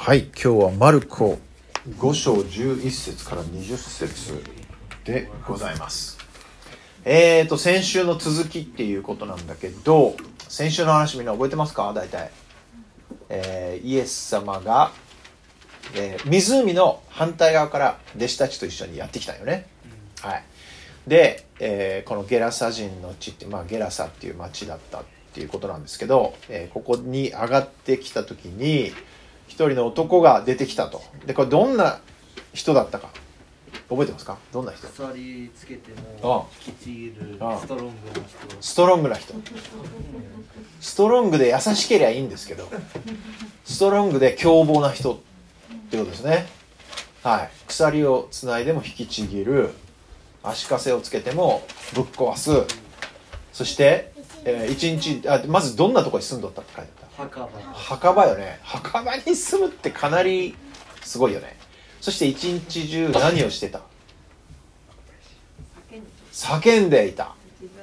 はい、今日はマルコ5章11節から20節でございます。先週の続きっていうことなんだけど、先週の話みんな覚えてますか？大体、イエス様が、湖の反対側から弟子たちと一緒にやってきたよね。はい。で、このゲラサ人の地って、ゲラサっていう町だったっていうことなんですけど、ここに上がってきた時に一人の男が出てきたと。で、これどんな人だったか覚えてますか？どんな人？ 鎖つけても引きちぎるストロングな人。 ストロングな人。ストロングで優しければいいんですけど、ストロングで凶暴な人ってことですね。はい。鎖をつないでも引きちぎる、足かせをつけてもぶっ壊す。そして、一日まずどんなところに住んどったって書いてあった？墓場よね。墓場に住むってかなりすごいよね。そして一日中何をしてた？叫んでいた。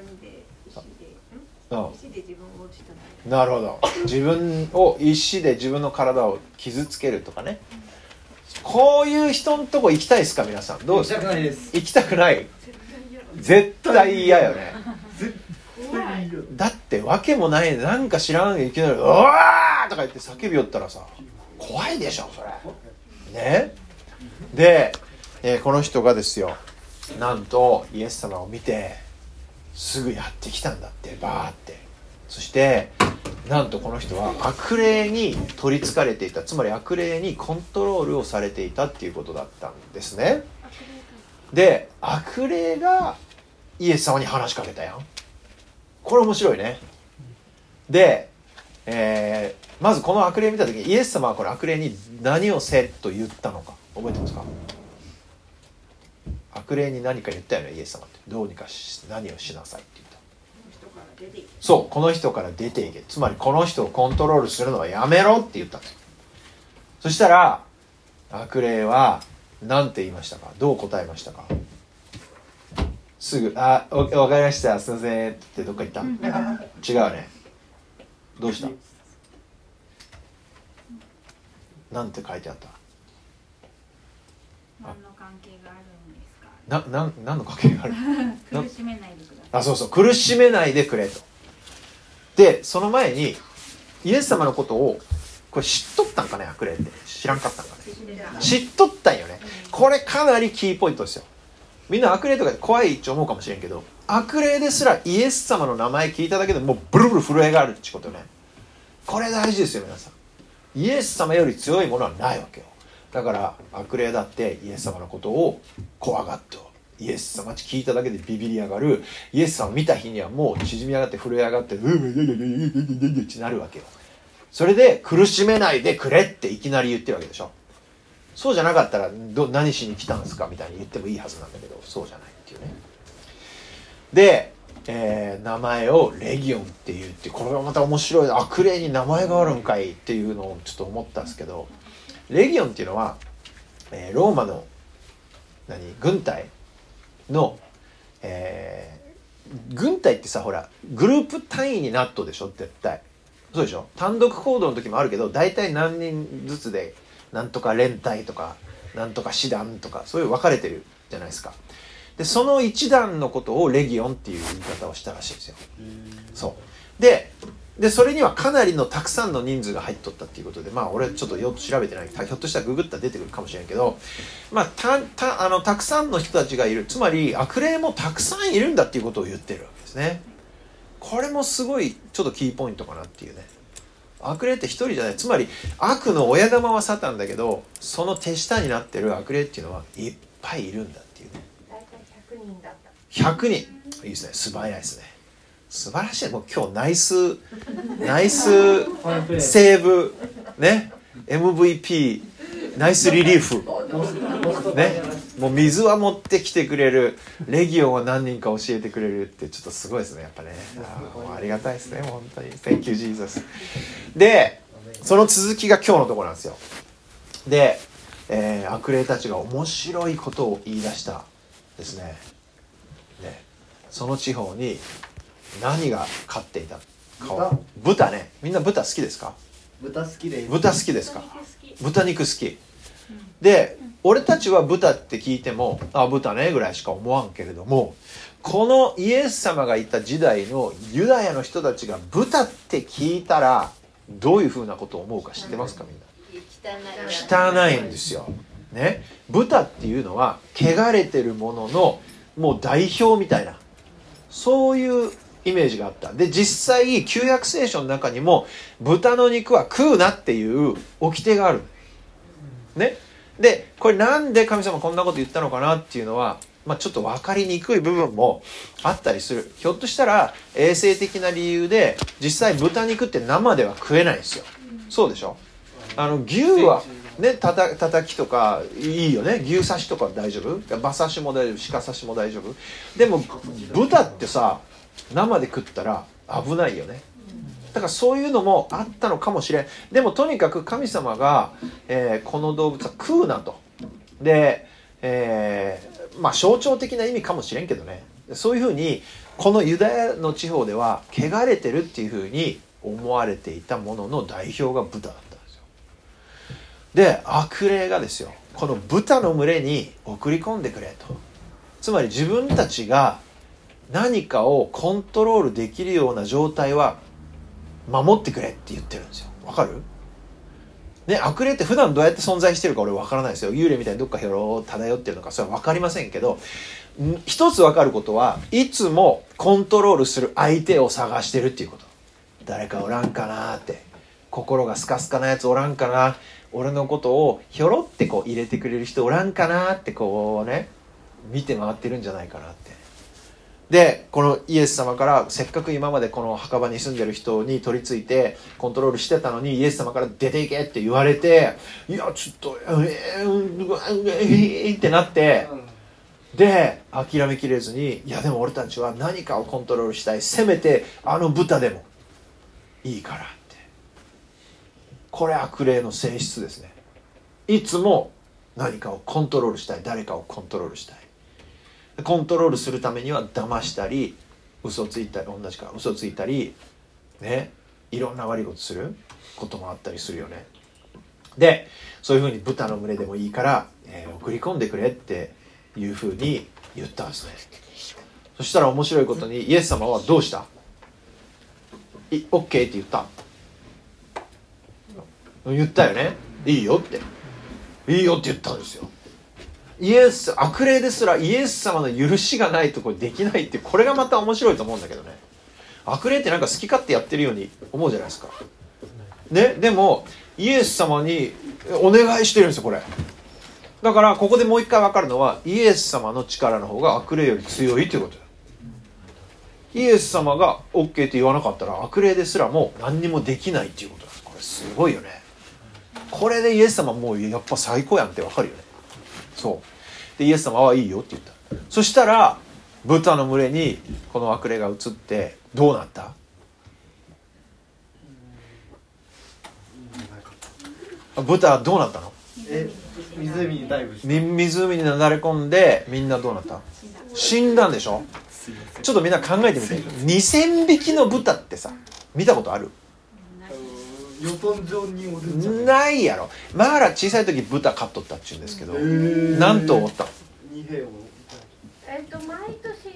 石で自分を落ちた。なるほど。石で自分の体を傷つけるとかね。こういう人のとこ行きたいですか？皆さんどうですか？ 行きたくないです。 行きたくない？絶対嫌よね。だってわけもない、なんか知らんでいきなりうわーとか言って叫びよったらさ、怖いでしょそれね。で、この人がですよ、なんとイエス様を見てすぐやってきたんだって、バーって。そしてなんとこの人は悪霊に取り憑かれていた、つまり悪霊にコントロールをされていたっていうことだったんですね。で、悪霊がイエス様に話しかけたやん。これ面白いね。で、まずこの悪霊見た時にイエス様はこの悪霊に何をせと言ったのか覚えてますか？悪霊に何か言ったよね、イエス様って。どうにか何をしなさいって言った。そう、この人から出ていけ。つまりこの人をコントロールするのはやめろって言ったんですよ。そしたら悪霊は何て言いましたか？どう答えましたか？すぐわかりました、すいませんってどっか行った？違うね。どうした？なんて書いてあった？ 何の関係があるんですか？ 何の関係がある？ 苦しめないでください。 そうそう、苦しめないでくれと。で、その前にイエス様のことをこれ知っとったんかね、悪霊って。知らんかったんかね。知っとったんよね。これかなりキーポイントですよ。みんな悪霊とか怖いって思うかもしれんけど、悪霊ですらイエス様の名前聞いただけでもうブルブル震えがあるってことよね。これ大事ですよ皆さん。イエス様より強いものはないわけよ。だから悪霊だってイエス様のことを怖がって、イエス様聞いただけでビビり上がる。イエス様見た日にはもう縮み上がって震え上がってってなるわけよ。それで苦しめないでくれっていきなり言ってるわけでしょ。そうじゃなかったら何しに来たんですかみたいに言ってもいいはずなんだけど、そうじゃないっていうね。で、名前をレギオンっていうって、これはまた面白い。悪霊に名前があるんかいっていうのをちょっと思ったんですけど、レギオンっていうのは、ローマの軍隊の、軍隊ってさ、ほらグループ単位になっとでしょ絶対。そうでしょ。単独行動の時もあるけど、大体何人ずつでなんとか連隊とかなんとか師団とかそういう分かれてるじゃないですか。でその一団のことをレギオンっていう言い方をしたらしいんですよ。そうでそれにはかなりのたくさんの人数が入っとったっていうことで、俺ちょっとよく調べてない、ひょっとしたらググったら出てくるかもしれないけど、たくさんの人たちがいる、つまり悪霊もたくさんいるんだっていうことを言ってるわけですね。これもすごいちょっとキーポイントかなっていうね。悪霊って一人じゃない。つまり悪の親玉はサタンだけど、その手下になってる悪霊っていうのはいっぱいいるんだっていうね。 大体100人だった。 100人。いいですね。素早いですね。素晴らしい。もう今日ナイスセーブね、 MVP ナイスリリーフね。もう水は持ってきてくれる、レギオンは何人か教えてくれるってちょっとすごいですねやっぱね。ありがたいですね本当に。 Thank you Jesus。 でその続きが今日のところなんですよ。で、悪霊たちが面白いことを言い出したですね。その地方に何が飼っていたか。豚ね。みんな豚好きですか？ 豚好きです。 豚好きですか？豚肉好き。で、俺たちは豚って聞いても、あ、豚ねぐらいしか思わんけれども、このイエス様がいた時代のユダヤの人たちが豚って聞いたらどういうふうなことを思うか知ってますか？みんな汚いんですよ、ね、豚っていうのは汚れてるもののもう代表みたいな、そういうイメージがあった。で、実際旧約聖書の中にも豚の肉は食うなっていう掟があるね。で、これなんで神様こんなこと言ったのかなっていうのは、ちょっと分かりにくい部分もあったりする。ひょっとしたら衛生的な理由で実際豚肉って生では食えないんですよ。そうでしょ？牛はね、たたきとかいいよね。牛刺しとか大丈夫？馬刺しも大丈夫、鹿刺しも大丈夫。でも豚ってさ、生で食ったら危ないよね。だからそういうのもあったのかもしれん。でもとにかく神様が、この動物は食うなと。で、象徴的な意味かもしれんけどね。そういうふうにこのユダヤの地方では汚れてるっていうふうに思われていたものの代表が豚だったんですよ。で、悪霊がですよ、この豚の群れに送り込んでくれと。つまり自分たちが何かをコントロールできるような状態は守ってくれって言ってるんですよ。わかる？ね、悪霊って普段どうやって存在してるか俺わからないですよ。幽霊みたいにどっかひょろ漂ってるのかそれはわかりませんけど、一つわかることはいつもコントロールする相手を探してるっていうこと。誰かおらんかなって、心がスカスカなやつおらんかな、俺のことをひょろってこう入れてくれる人おらんかなってこうね、見て回ってるんじゃないかなって。で、このイエス様からせっかく今までこの墓場に住んでる人に取り付いてコントロールしてたのに、イエス様から出ていけって言われて、いやちょっとってなって、で諦めきれずに、いやでも俺たちは何かをコントロールしたい、せめてあの豚でもいいからって。これ悪霊の性質ですね。いつも何かをコントロールしたい、誰かをコントロールしたい。コントロールするためには騙したり嘘ついたり、同じか嘘ついたりね、いろんな悪いことすることもあったりするよね。で、そういうふうに豚の群れでもいいから、送り込んでくれっていうふうに言ったんですね。そしたら面白いことにイエス様はどうした？OK って言ったよね。いいよって言ったんですよ。悪霊ですらイエス様の許しがないとこれできないって、これがまた面白いと思うんだけどね。悪霊ってなんか好き勝手やってるように思うじゃないですかね。でもイエス様にお願いしてるんですよ、これ。だからここでもう一回分かるのは、イエス様の力の方が悪霊より強いということだ。イエス様が OK って言わなかったら悪霊ですらもう何にもできないっていうことです。これすごいよね。これでイエス様もうやっぱ最高やんって分かるよね。そうでイエス様はいいよって言った。そしたら豚の群れにこの悪霊が移ってどうなった？豚はどうなったの？ 湖にダイブした。 湖になだれ込んでみんなどうなった？死んだんでしょ。ちょっとみんな考えてみて。2000匹の豚ってさ見たことある？ 予算上におるんじゃないやろ。マーラ小さい時豚飼っとったっちゅうんですけど、何頭おったの ？2兵を毎年2つか3つぐらい。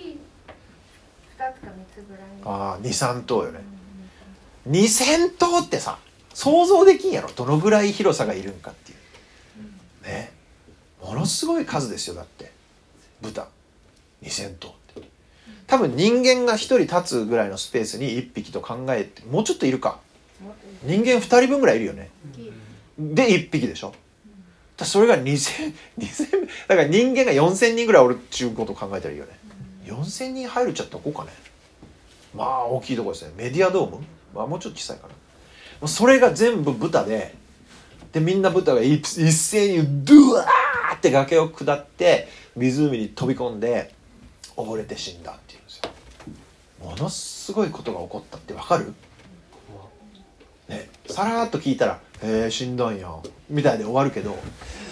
ああ、2、3頭よね。2000頭ってさ想像できんやろ、どのぐらい広さがいるんかっていうね。ものすごい数ですよ。だって豚2000頭って多分人間が1人立つぐらいのスペースに1匹と考えて、もうちょっといるか、人間2人分ぐらいいるよね。で1匹でしょ。それが2000だから人間が4000人ぐらいおるっていうことを考えたらいいよね。4000人入るっちゃったらこうかね。まあ大きいところですね。メディアドーム、もうちょっと小さいかな。それが全部豚でみんな豚が一斉にドワーって崖を下って湖に飛び込んで溺れて死んだっていうんですよ。ものすごいことが起こったってわかる？ね、さらっと聞いたら死んだんやみたいで終わるけど、なん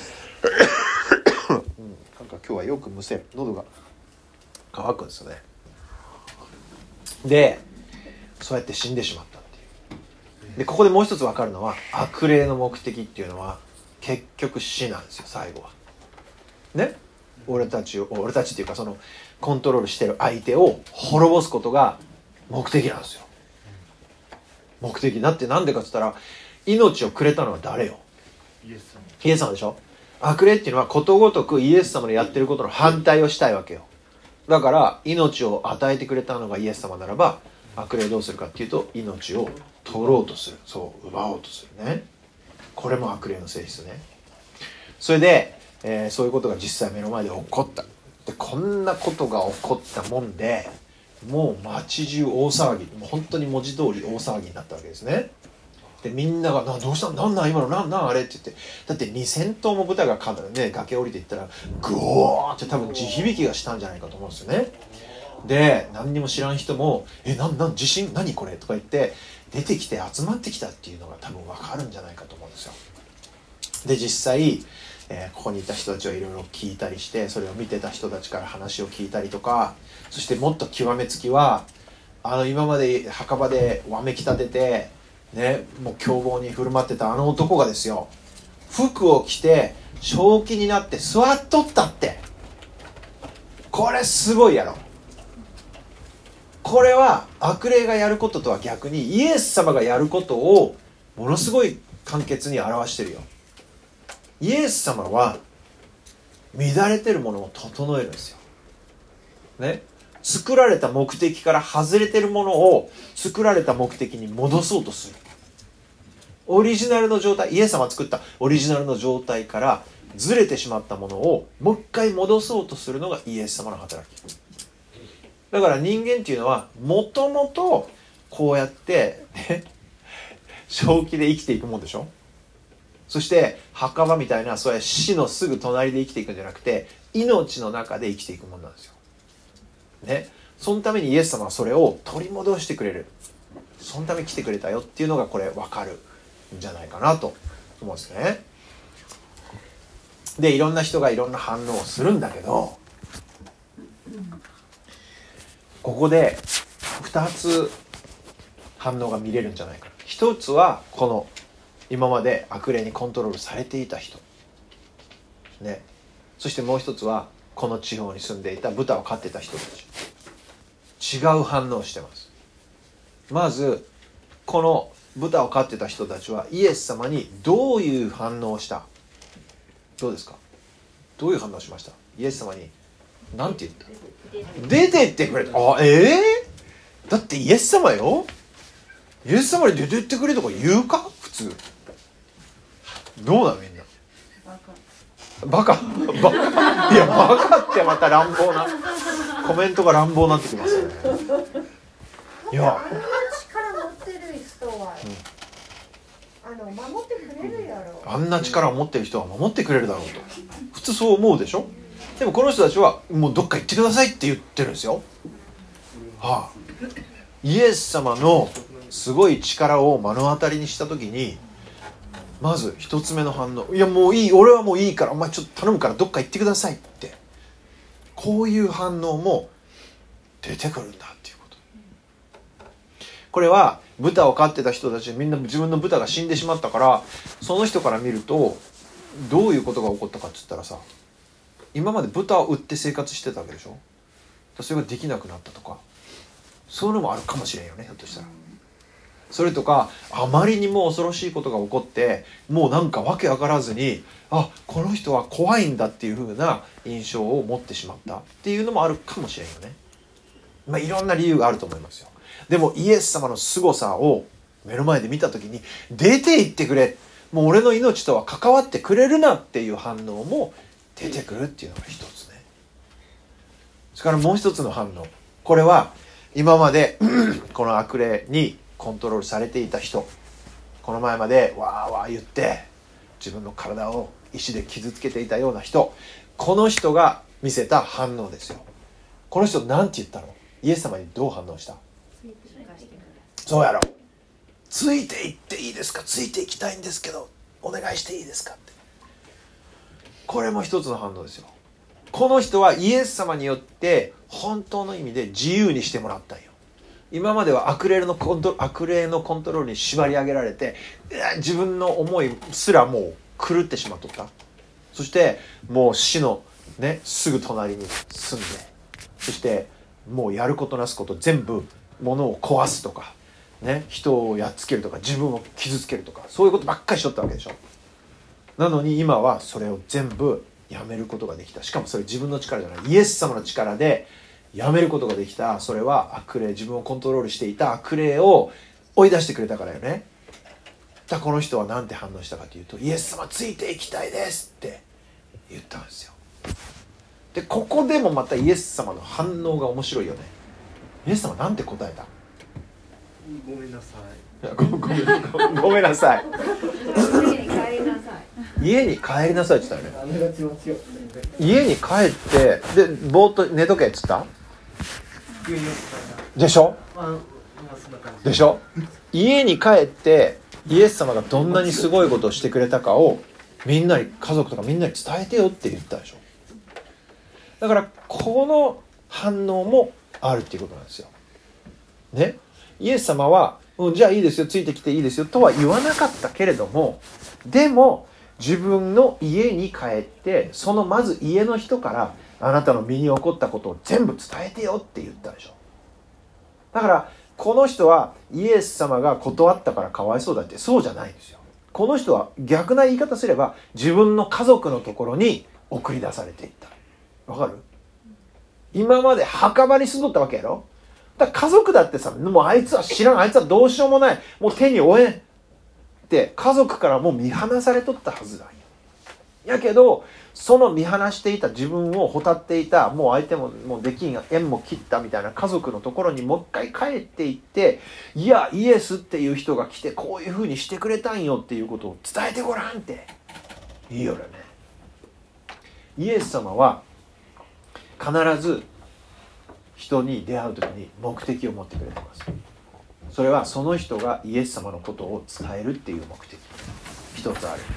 か今日はよく喉が渇くんですよね。でそうやって死んでしまったっていう。 でここでもう一つ分かるのは、悪霊の目的っていうのは結局死なんですよ、最後はね。俺たちっていうか、そのコントロールしてる相手を滅ぼすことが目的なんですよ。目的だって、なんでかって言ったら、命をくれたのは誰よ？イエス様でしょ。悪霊っていうのはことごとくイエス様のやってることの反対をしたいわけよ。だから命を与えてくれたのがイエス様ならば、悪霊どうするかっていうと、命を取ろうとする、そう奪おうとするね。これも悪霊の性質ね。それで、そういうことが実際目の前で起こった。でこんなことが起こったもんで、もう街中大騒ぎ、もう本当に文字通り大騒ぎになったわけですね。でみんながどうしたの、なん今のなんあれって言って、だって2000頭も豚がね、崖降りていったらグオーって多分地響きがしたんじゃないかと思うんですよね。で何にも知らん人も地震何これとか言って出てきて集まってきたっていうのが多分分かるんじゃないかと思うんですよ。で実際、ここにいた人たちはいろいろ聞いたりして、それを見てた人たちから話を聞いたりとか、そしてもっと極めつきは今まで墓場でわめき立ててね、もう凶暴に振る舞ってた男がですよ、服を着て正気になって座っとったって。これすごいやろ。これは悪霊がやることとは逆にイエス様がやることをものすごい簡潔に表してるよ。イエス様は乱れてるものを整えるんですよね。作られた目的から外れてるものを作られた目的に戻そうとする。オリジナルの状態、イエス様が作ったオリジナルの状態からずれてしまったものをもう一回戻そうとするのがイエス様の働き。だから人間っていうのはもともとこうやってね、正気で生きていくもんでしょ。そして墓場みたいな、そういう死のすぐ隣で生きていくんじゃなくて、命の中で生きていくもんなんですよね。そのためにイエス様はそれを取り戻してくれる、そのために来てくれたよっていうのがこれ分かるんじゃないかなと思うんですね。でいろんな人がいろんな反応をするんだけど、ここで2つ反応が見れるんじゃないかな。一つはこの今まで悪霊にコントロールされていた人ね、そしてもう一つはこの地方に住んでいた豚を飼ってた人たち、違う反応をしてます。まずこの豚を飼ってた人たちはイエス様にどういう反応をした？どうですか？どういう反応をしました？イエス様に何て言った？出てってくれと。だってイエス様よ。イエス様に出てってくれとか言うか普通。どうなのみんな。バカいやバカってまた乱暴なコメントが乱暴になってきますよね。いやあんな力持ってる人は、守ってくれるやろ。 あんな力を持ってる人は守ってくれるだろうと普通そう思うでしょ。でもこの人たちはもうどっか行ってくださいって言ってるんですよ。イエス様のすごい力を目の当たりにした時に、まず一つ目の反応、いやもういい、俺はもういいからお前ちょっと頼むからどっか行ってくださいって、こういう反応も出てくるんだっていうこと。これは豚を飼ってた人たちみんな自分の豚が死んでしまったから、その人から見るとどういうことが起こったかって言ったらさ、今まで豚を売って生活してたわけでしょ。それができなくなったとか、そういうのもあるかもしれんよね、ひょっとしたら。それとかあまりにも恐ろしいことが起こってもうなんかわけわからずに、この人は怖いんだっていう風な印象を持ってしまったっていうのもあるかもしれんよね。いろんな理由があると思いますよ。でもイエス様の凄さを目の前で見た時に出て行ってくれ、もう俺の命とは関わってくれるなっていう反応も出てくるっていうのが一つね。それからもう一つの反応、これは今までこの悪霊にコントロールされていた人、この前までわーわー言って自分の体を石で傷つけていたような人、この人が見せた反応ですよ。この人なんて言ったの？イエス様にどう反応した？そうやろ、ついていっていいですか、ついていきたいんですけどお願いしていいですかって。これも一つの反応ですよ。この人はイエス様によって本当の意味で自由にしてもらったんよ。 今までは悪霊のコントロールに縛り上げられて、自分の思いすらもう狂ってしまっとった。そしてもう死のねすぐ隣に住んで、そしてもうやることなすこと全部物を壊すとかね、人をやっつけるとか自分を傷つけるとか、そういうことばっかりしとったわけでしょ。なのに今はそれを全部やめることができた。しかもそれ自分の力じゃない、イエス様の力でやめることができた。それは悪霊、自分をコントロールしていた悪霊を追い出してくれたからよね。だからこの人は何て反応したかというと、イエス様ついていきたいですって言ったんですよ。でここでもまたイエス様の反応が面白いよね。イエス様なんて答えた？ ごめんなさい。 ごめんなさい。 家に帰りなさい。 家に帰りなさいって言ったよね。家に帰ってでぼーっと寝とけって言ったでしょ。でしょ。家に帰ってイエス様がどんなにすごいことをしてくれたかをみんなに、家族とかみんなに伝えてよって言ったでしょ。だからこの反応もあるっていうことなんですよね。イエス様はじゃあいいですよ、ついてきていいですよとは言わなかったけれども、でも自分の家に帰ってそのまず家の人からあなたの身に起こったことを全部伝えてよって言ったでしょ。だからこの人はイエス様が断ったからかわいそうだって、そうじゃないんですよ。この人は逆な言い方すれば自分の家族のところに送り出されていった。わかる？今まで墓場に住んどったわけやろ。だから家族だってさ、もうあいつは知らん、あいつはどうしようもない、もう手に負えんって家族からもう見放されとったはずだよ。やけどその見放していた自分をほたっていた、もう相手ももうできん、縁も切ったみたいな家族のところにもう一回帰っていって、いやイエスっていう人が来てこういう風にしてくれたんよっていうことを伝えてごらんっていいよね。イエス様は必ず人に出会う時に目的を持ってくれてます。それはその人がイエス様のことを伝えるっていう目的一つある。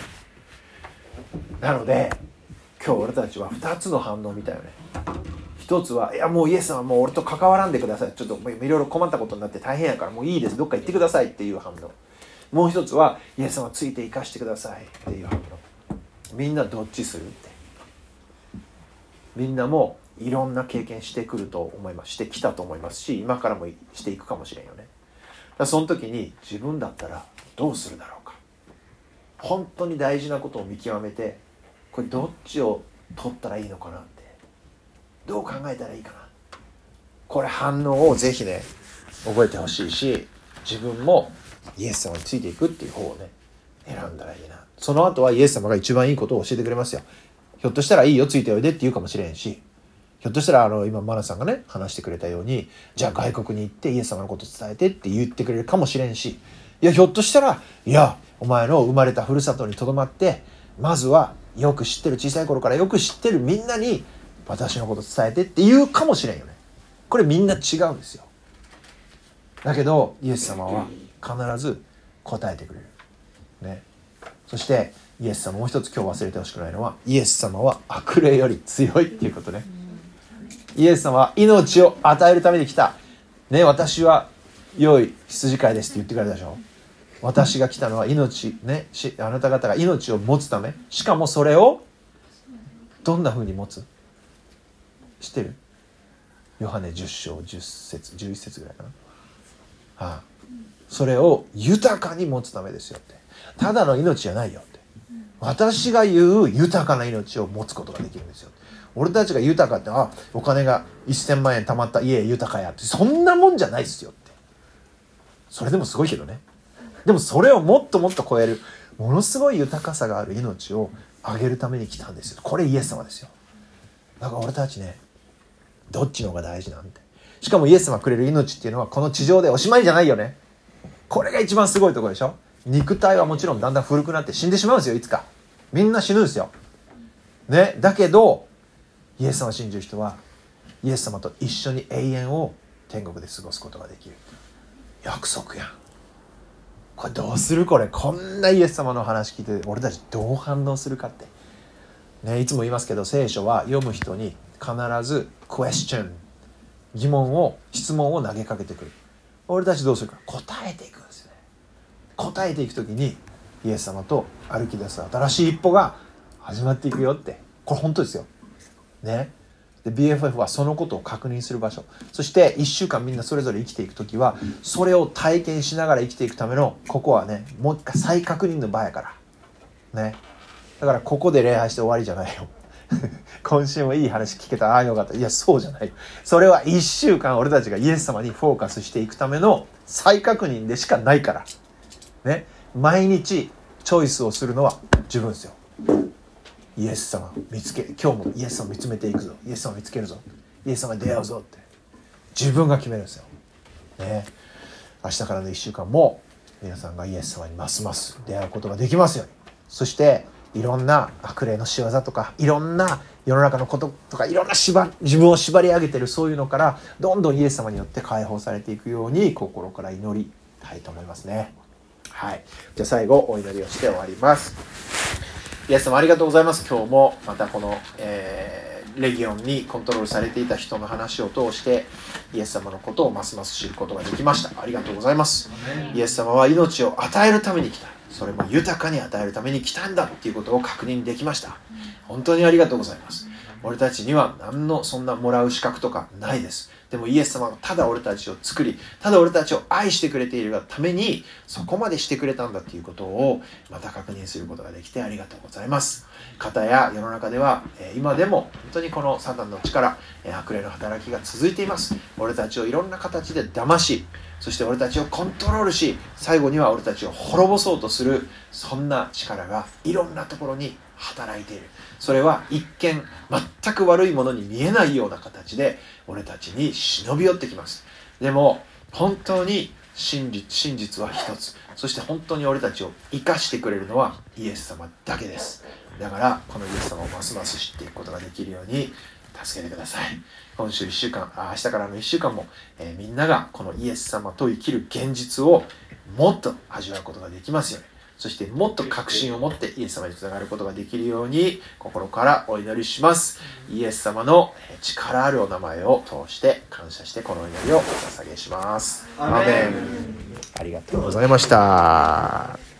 なので今日俺たちは2つの反応見たよね。一つは、いやもうイエス様もう俺と関わらんでください、ちょっといろいろ困ったことになって大変やからもういいです、どっか行ってくださいっていう反応。もう一つは、イエス様ついて行かしてくださいっていう反応。みんなどっちするって。みんなもいろんな経験してくると思います、してきたと思いますし、今からもしていくかもしれんよね。だからその時に自分だったらどうするだろうか。本当に大事なことを見極めて、これどっちを取ったらいいのかなって、どう考えたらいいかな、これ反応をぜひね覚えてほしいし、自分もイエス様についていくっていう方をね選んだらいいな。その後はイエス様が一番いいことを教えてくれますよ。ひょっとしたらいいよついておいでって言うかもしれんし、ひょっとしたら今マナさんがね話してくれたように、じゃあ外国に行ってイエス様のことを伝えてって言ってくれるかもしれんし、いやひょっとしたら、いやお前の生まれたふるさとにとどまって、まずはよく知ってる、小さい頃からよく知ってるみんなに私のこと伝えてって言うかもしれんよね。これみんな違うんですよ。だけどイエス様は必ず答えてくれるね。そしてイエス様もう一つ今日忘れてほしくないのは、イエス様は悪霊より強いっていうことね。イエス様は命を与えるために来たね。私は良い羊飼いですって言ってくれたでしょ。私が来たのは命ね、あなた方が命を持つため、しかもそれをどんな風に持つ知ってる？ヨハネ10章10節11節ぐらいかな、それを豊かに持つためですよって。ただの命じゃないよって。私が言う豊かな命を持つことができるんですよ。俺たちが豊かって、お金が1000万円貯まった家豊かやって、そんなもんじゃないですよって。それでもすごいけどね。でもそれをもっともっと超えるものすごい豊かさがある命をあげるために来たんですよ。これイエス様ですよ。だから俺たちね、どっちの方が大事なんて。しかもイエス様くれる命っていうのはこの地上でおしまいじゃないよね。これが一番すごいところでしょ。肉体はもちろんだんだん古くなって死んでしまうんですよ。いつかみんな死ぬんですよね。だけどイエス様を信じる人はイエス様と一緒に永遠を天国で過ごすことができる約束やん。これどうする？これこんなイエス様の話聞いて俺たちどう反応するかってね。いつも言いますけど、聖書は読む人に必ずクエスチョン疑問を質問を投げかけてくる。俺たちどうするか、答えていくんですよね。答えていくときにイエス様と歩き出す新しい一歩が始まっていくよって、これ本当ですよね。で BFF はそのことを確認する場所、そして1週間みんなそれぞれ生きていくときはそれを体験しながら生きていくための、ここはねもう一回再確認の場やからね。だからここで礼拝して終わりじゃないよ今週もいい話聞けた、ああよかった、いやそうじゃないよ。それは1週間俺たちがイエス様にフォーカスしていくための再確認でしかないからね。毎日チョイスをするのは自分ですよ。イエス様見つけ、今日もイエス様見つめていくぞ、イエス様見つけるぞ、イエス様に出会うぞって自分が決めるんですよね。明日からの1週間も皆さんがイエス様にますます出会うことができますように。そしていろんな悪霊の仕業とか、いろんな世の中のこととか、いろんな自分を縛り上げてるそういうのからどんどんイエス様によって解放されていくように心から祈りたいと思いますね。はい、じゃあ最後お祈りをして終わります。イエス様ありがとうございます。今日もまたこの、レギオンにコントロールされていた人の話を通してイエス様のことをますます知ることができました。ありがとうございます。イエス様は命を与えるために来た、それも豊かに与えるために来たんだっていうことを確認できました。本当にありがとうございます。俺たちには何のそんなもらう資格とかないです。でもイエス様がただ俺たちを作り、ただ俺たちを愛してくれているがためにそこまでしてくれたんだっていうことをまた確認することができてありがとうございます。方や世の中では今でも本当にこのサタンの力、悪霊の働きが続いています。俺たちをいろんな形で騙し、そして俺たちをコントロールし、最後には俺たちを滅ぼそうとする、そんな力がいろんなところに働いている。それは一見全く悪いものに見えないような形で俺たちに忍び寄ってきます。でも本当に真実は一つ、そして本当に俺たちを生かしてくれるのはイエス様だけです。だからこのイエス様をますます知っていくことができるように助けてください。今週1週間、明日からの1週間も、みんながこのイエス様と生きる現実をもっと味わうことができますように、そしてもっと確信を持ってイエス様につながることができるように心からお祈りします。イエス様の力あるお名前を通して感謝してこの祈りをお捧げします。アーメン。ありがとうございました。